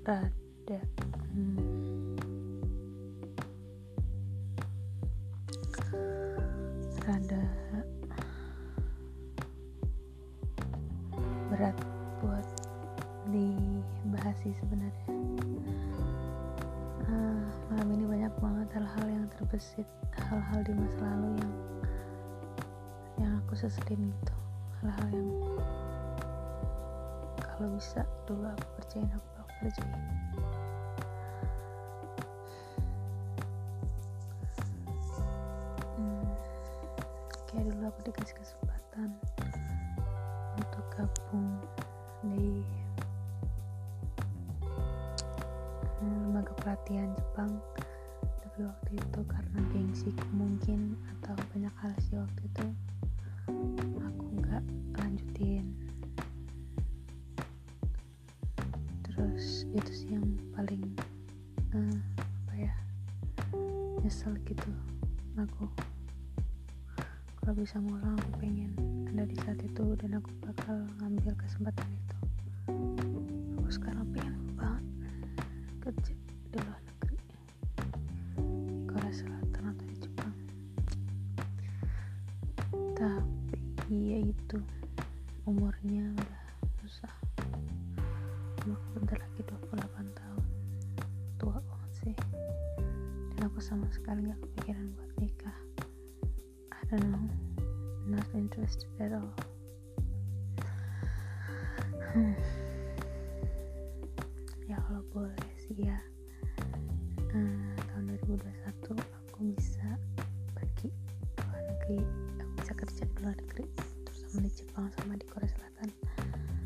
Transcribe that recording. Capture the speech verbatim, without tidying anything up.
rada hmm, rada berat buat dibahas sih sebenarnya. Uh, malam ini banyak banget hal-hal yang terbesit, hal-hal di masa lalu yang yang aku seselin gitu, hal-hal yang kalau bisa dulu aku kerjain, aku bakal kerjain. Hmm, kayak dulu aku dikasih kesempatan untuk gabung di lembaga pelatihan Jepang, tapi waktu itu karena gengsiku mungkin atau banyak hal sih waktu itu aku nggak lanjutin. Terus itu sih yang paling uh, apa ya nyesel gitu. Aku kalau bisa ngulang aku pengen ada di saat itu dan aku bakal ngambil kesempatan itu. Aku sekarang pengen banget kerja di luar negeri, di Korea Selatan atau di Jepang, tapi ya itu umurnya udah susah. Umurku bentar lagi dua puluh delapan tahun, tua banget sih, dan aku sama sekali gak kepikiran buat nikah. I don't know, not interested at all. hmm. Ya kalau boleh sih ya, uh, tahun dua ribu dua puluh satu aku bisa pergi ke luar negeri, aku bisa kerja di luar negeri, terutama di Jepang sama di Korea Selatan.